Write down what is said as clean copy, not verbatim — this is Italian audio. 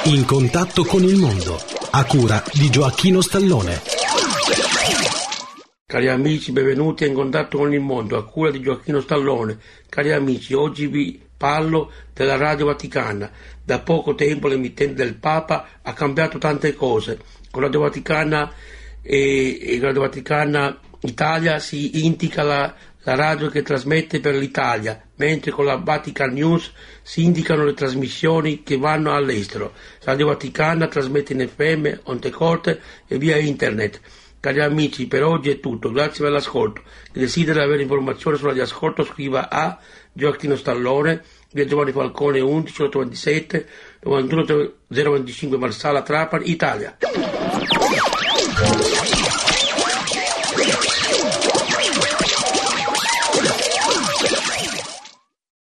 In contatto con il mondo, a cura di Gioacchino Stallone. Cari amici, benvenuti a In contatto con il mondo, a cura di Gioacchino Stallone. Cari amici, oggi vi parlo della Radio Vaticana. Da poco tempo l'emittente del Papa ha cambiato tante cose. Con Radio Vaticana e Radio Vaticana Italia si indica la radio che trasmette per l'Italia, mentre con la Vatican News si indicano le trasmissioni che vanno all'estero. Radio Vaticana trasmette in FM, onde corte e via internet. Cari amici, per oggi è tutto, grazie per l'ascolto. Chi desidera avere informazioni sulla di ascolto scriva a Gioacchino Stallone, via Giovanni Falcone 11 827 91 025 Marsala Trapani, Italia.